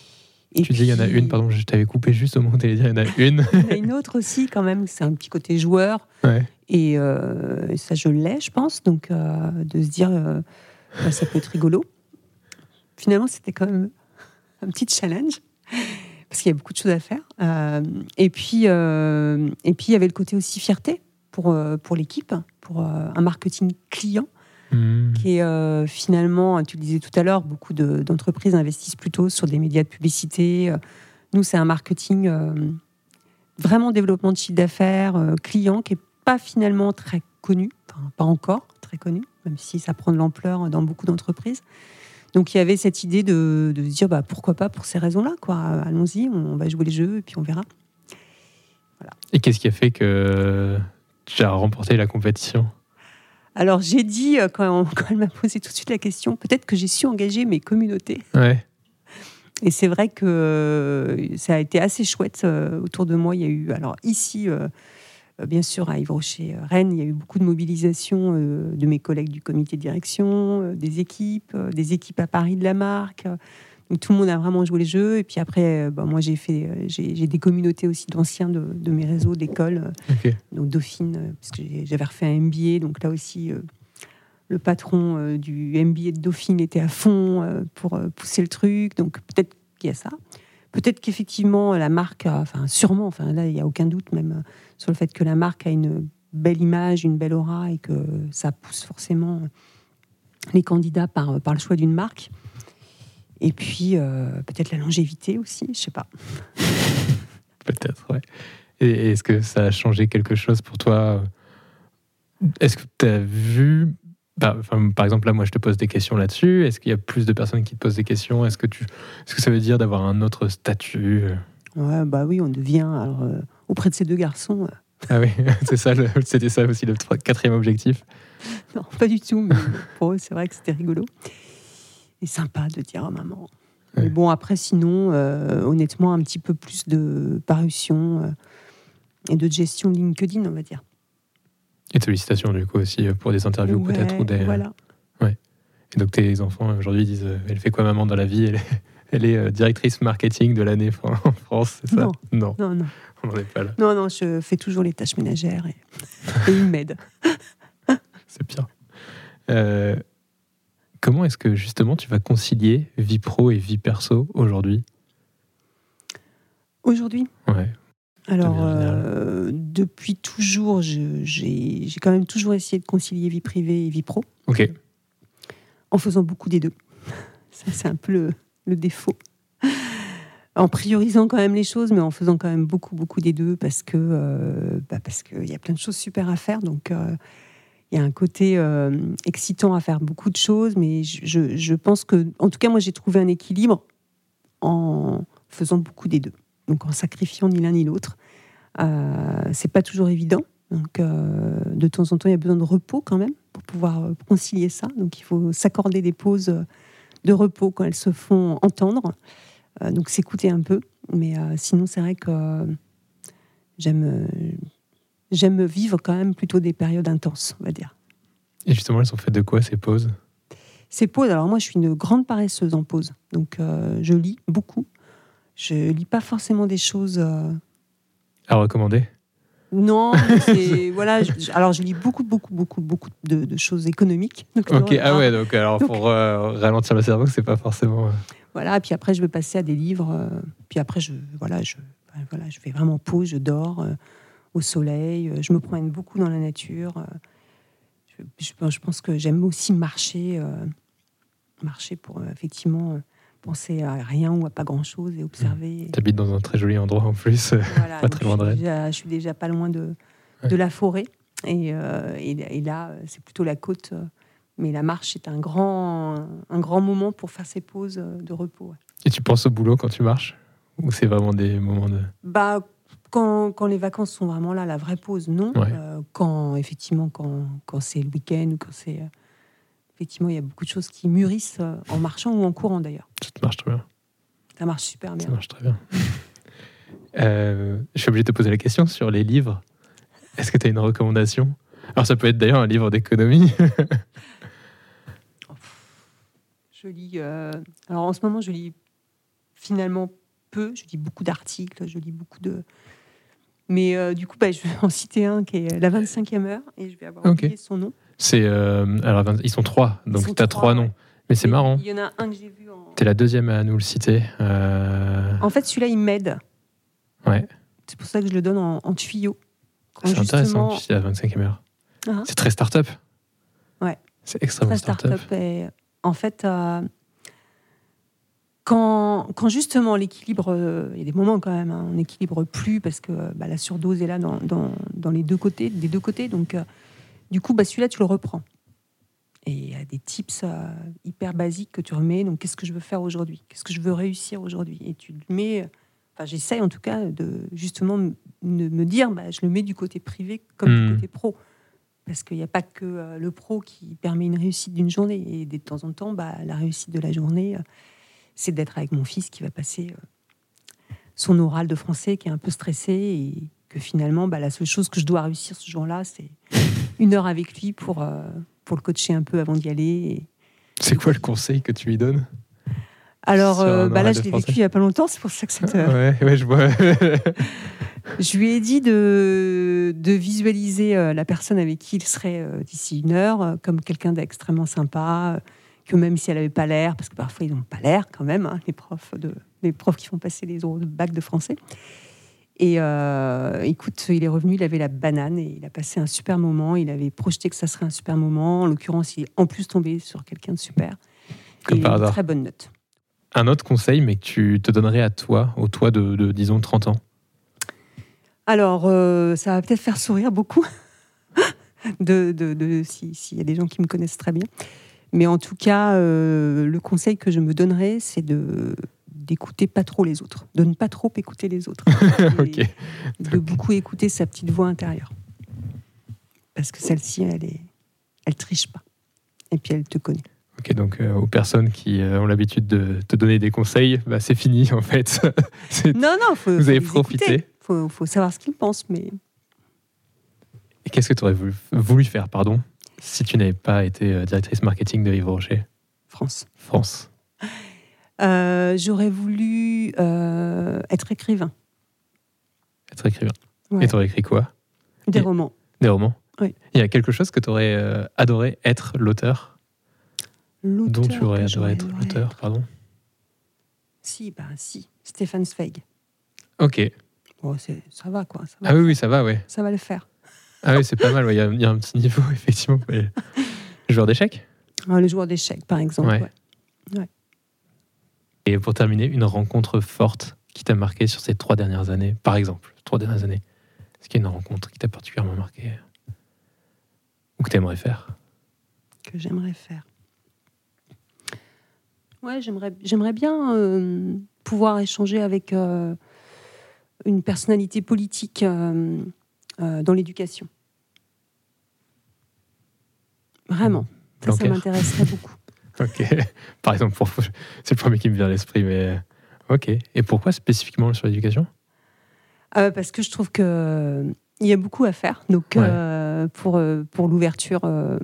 tu dis, il y en a une, pardon, je t'avais coupé juste au moment où tu allais dire, il y en a une. Il y en a une autre aussi, quand même. C'est un petit côté joueur. Ouais. Et ça, je l'ai, je pense. Donc, de se dire, ça peut être rigolo. Finalement, c'était quand même un petit challenge. Parce qu'il y a beaucoup de choses à faire. Et puis, il y avait le côté aussi fierté pour l'équipe, pour un marketing client, qui est finalement, tu le disais tout à l'heure, beaucoup d'entreprises investissent plutôt sur des médias de publicité. Nous, c'est un marketing vraiment développement de chiffre d'affaires, client, qui n'est pas finalement très connu, enfin, pas encore très connu, même si ça prend de l'ampleur dans beaucoup d'entreprises. Donc, il y avait cette idée de se dire, pourquoi pas pour ces raisons-là, quoi. Allons-y, on va jouer les jeux et puis on verra. Voilà. Et qu'est-ce qui a fait que tu as remporté la compétition ? Alors, j'ai dit, quand elle m'a posé tout de suite la question, peut-être que j'ai su engager mes communautés. Ouais. Et c'est vrai que ça a été assez chouette. Autour de moi, il y a eu, alors ici... bien sûr, à Yves Rocher, Rennes, il y a eu beaucoup de mobilisation de mes collègues du comité de direction, des équipes à Paris de la marque. Donc, tout le monde a vraiment joué les jeux. Et puis après, moi, j'ai des communautés aussi d'anciens de mes réseaux d'école. Donc, Dauphine, parce que j'avais refait un MBA. Donc là aussi, le patron du MBA de Dauphine était à fond pour pousser le truc. Donc, peut-être qu'il y a ça. Peut-être qu'effectivement, la marque, sûrement, là, il n'y a aucun doute même sur le fait que la marque a une belle image, une belle aura et que ça pousse forcément les candidats par le choix d'une marque. Et puis, peut-être la longévité aussi, je ne sais pas. Peut-être, ouais. Et est-ce que ça a changé quelque chose pour toi ? Est-ce que tu as vu... par exemple, là, moi, je te pose des questions là-dessus. Est-ce qu'il y a plus de personnes qui te posent des questions ? Est-ce que ça veut dire d'avoir un autre statut ? Ouais, oui, on devient... Alors, auprès de ces deux garçons... Ah oui, c'était ça aussi le 4e objectif. Non, pas du tout, mais pour eux, c'est vrai que c'était rigolo. Et sympa de dire à maman. Ouais. Mais bon, après, sinon, honnêtement, un petit peu plus de parution et de gestion de LinkedIn, on va dire. Et de sollicitations, du coup, aussi, pour des interviews, peut-être, ou des... Voilà. Ouais. Et donc, tes enfants, aujourd'hui, disent, elle fait quoi, maman, dans la vie ? Elle est directrice marketing de l'année en France, c'est ça ? Non. On n'en est pas là. Non, je fais toujours les tâches ménagères et ils m'aident. C'est bien. Comment est-ce que, justement, tu vas concilier vie pro et vie perso aujourd'hui ? Aujourd'hui ? Ouais. Alors, depuis toujours, j'ai quand même toujours essayé de concilier vie privée et vie pro. Ok. En faisant beaucoup des deux. Ça, c'est un peu le défaut. En priorisant quand même les choses, mais en faisant quand même beaucoup des deux, parce que y a plein de choses super à faire. Donc, il y a un côté excitant à faire beaucoup de choses, mais je pense que, en tout cas, moi, j'ai trouvé un équilibre en faisant beaucoup des deux. Donc, en sacrifiant ni l'un ni l'autre. C'est pas toujours évident. Donc, de temps en temps, il y a besoin de repos quand même pour pouvoir concilier ça. Donc, il faut s'accorder des pauses de repos quand elles se font entendre. Donc, s'écouter un peu. Mais sinon, c'est vrai que j'aime vivre quand même plutôt des périodes intenses, on va dire. Et justement, elles sont faites de quoi, ces pauses ? Ces pauses, alors moi, je suis une grande paresseuse en pause. Donc, je lis beaucoup. Je lis pas forcément des choses... À recommander ? Non, voilà. Alors, je lis beaucoup de choses économiques. Donc, ok, donc alors pour ralentir le cerveau, c'est pas forcément. Voilà, puis après, je vais passer à des livres. Puis après, je fais vraiment pause, je dors au soleil. Je me promène beaucoup dans la nature. Je pense que j'aime aussi marcher pour effectivement penser à rien ou à pas grand-chose et observer. T'habites dans un très joli endroit en plus, voilà, pas très loin de Rennes. Je suis déjà pas loin de la forêt. Et là, c'est plutôt la côte. Mais la marche est un grand moment pour faire ses pauses de repos. Ouais. Et tu penses au boulot quand tu marches ? Ou c'est vraiment des moments de... Quand les vacances sont vraiment là, la vraie pause, non. Ouais. Quand c'est le week-end ou quand c'est... Effectivement, il y a beaucoup de choses qui mûrissent en marchant ou en courant, d'ailleurs. Ça marche très bien. Ça marche super bien. Ça marche très bien. Je suis obligé de te poser la question sur les livres. Est-ce que tu as une recommandation ? Alors, ça peut être d'ailleurs un livre d'économie. Je lis... alors, en ce moment, je lis finalement peu. Je lis beaucoup d'articles, je lis beaucoup de... Mais du coup, je vais en citer un qui est La 25e heure, et je vais avoir oublié son nom. Alors, ils sont 3, donc tu as 3 noms. Mais c'est marrant. Il y en a un que j'ai vu en... T'es la deuxième à nous le citer. En fait, celui-là, il m'aide. Ouais. C'est pour ça que je le donne en tuyau. C'est intéressant, tu sais, la 25e heure. Uh-huh. C'est très start-up. Ouais. C'est extrêmement start-up. Et en fait, quand justement l'équilibre... Il y a des moments quand même, on n'équilibre plus parce que la surdose est là dans les deux côtés, des deux côtés. Donc... Du coup, celui-là, tu le reprends. Et il y a des tips hyper basiques que tu remets. Donc, qu'est-ce que je veux faire aujourd'hui ? Qu'est-ce que je veux réussir aujourd'hui ? Et tu le mets... Enfin, j'essaye en tout cas de justement me dire, je le mets du côté privé comme du côté pro. Parce qu'il n'y a pas que le pro qui permet une réussite d'une journée. Et de temps en temps, la réussite de la journée, c'est d'être avec mon fils qui va passer son oral de français, qui est un peu stressé. Et que finalement, la seule chose que je dois réussir ce jour-là, c'est 1 heure avec lui pour le coacher un peu avant d'y aller. C'est quoi le conseil que tu lui donnes ? Alors, là, je l'ai vécu il n'y a pas longtemps, c'est pour ça que c'est... Ouais, je vois. Je lui ai dit de visualiser la personne avec qui il serait d'ici 1 heure comme quelqu'un d'extrêmement sympa, que même si elle n'avait pas l'air, parce que parfois ils n'ont pas l'air quand même, les profs qui font passer les bacs de français. Et écoute, il est revenu, il avait la banane et il a passé un super moment. Il avait projeté que ça serait un super moment. En l'occurrence, il est en plus tombé sur quelqu'un de super. Comme par hasard. Une très bonne note. Un autre conseil, mais que tu te donnerais à toi, au toi de disons, 30 ans ? Alors, ça va peut-être faire sourire beaucoup, s'il y a des gens qui me connaissent très bien. Mais en tout cas, le conseil que je me donnerais, c'est d'écouter pas trop les autres, de ne pas trop écouter les autres. Okay. De beaucoup écouter sa petite voix intérieure. Parce que celle-ci, elle triche pas. Et puis elle te connaît. Ok, donc aux personnes qui ont l'habitude de te donner des conseils, c'est fini en fait. Non, vous avez profité. Faut savoir ce qu'ils pensent, mais... Et qu'est-ce que tu aurais voulu faire, si tu n'avais pas été directrice marketing de Yves Rocher ? France. J'aurais voulu être écrivain. Être écrivain. Ouais. Et tu aurais écrit quoi ? Des romans. Des romans ? Oui. Il y a quelque chose que tu aurais adoré être l'auteur ? Dont tu aurais adoré être l'auteur, pardon ? Si. Stéphane Zweig. Ok. Bon, ça va, quoi. Oui, ça va, ouais. Ça va le faire. Ah oui, c'est pas mal, il y a un petit niveau, effectivement. Le joueur d'échecs ? Le joueur d'échecs, par exemple, ouais. Et pour terminer, une rencontre forte qui t'a marqué sur ces 3 dernières années, par exemple, 3 dernières années. Est-ce qu'il y a une rencontre qui t'a particulièrement marqué ? Ou que tu aimerais faire? Que j'aimerais faire. Ouais, j'aimerais bien pouvoir échanger avec une personnalité politique dans l'éducation. Vraiment. Ça m'intéresserait beaucoup. Ok. Par exemple, c'est le premier qui me vient à l'esprit, mais ok. Et pourquoi spécifiquement sur l'éducation? Parce que je trouve qu'il y a beaucoup à faire. Donc, pour l'ouverture...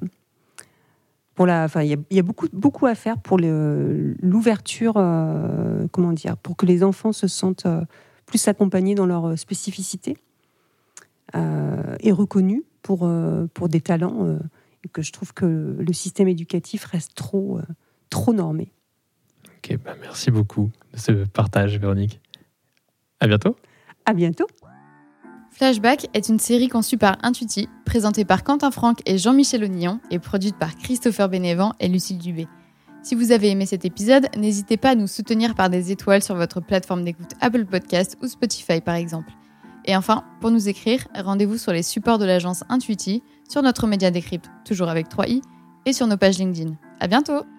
il y a beaucoup à faire pour l'ouverture, pour que les enfants se sentent plus accompagnés dans leur spécificité et reconnus pour des talents, et que je trouve que le système éducatif reste trop normé. Ok, merci beaucoup de ce partage, Véronique. À bientôt. À bientôt. Flashback est une série conçue par Intuiti, présentée par Quentin Franck et Jean-Michel Onillon et produite par Christopher Bénévent et Lucille Dubé. Si vous avez aimé cet épisode, n'hésitez pas à nous soutenir par des étoiles sur votre plateforme d'écoute Apple Podcast ou Spotify par exemple. Et enfin, pour nous écrire, rendez-vous sur les supports de l'agence Intuiti, sur notre média Décrypte, toujours avec 3i, et sur nos pages LinkedIn. À bientôt!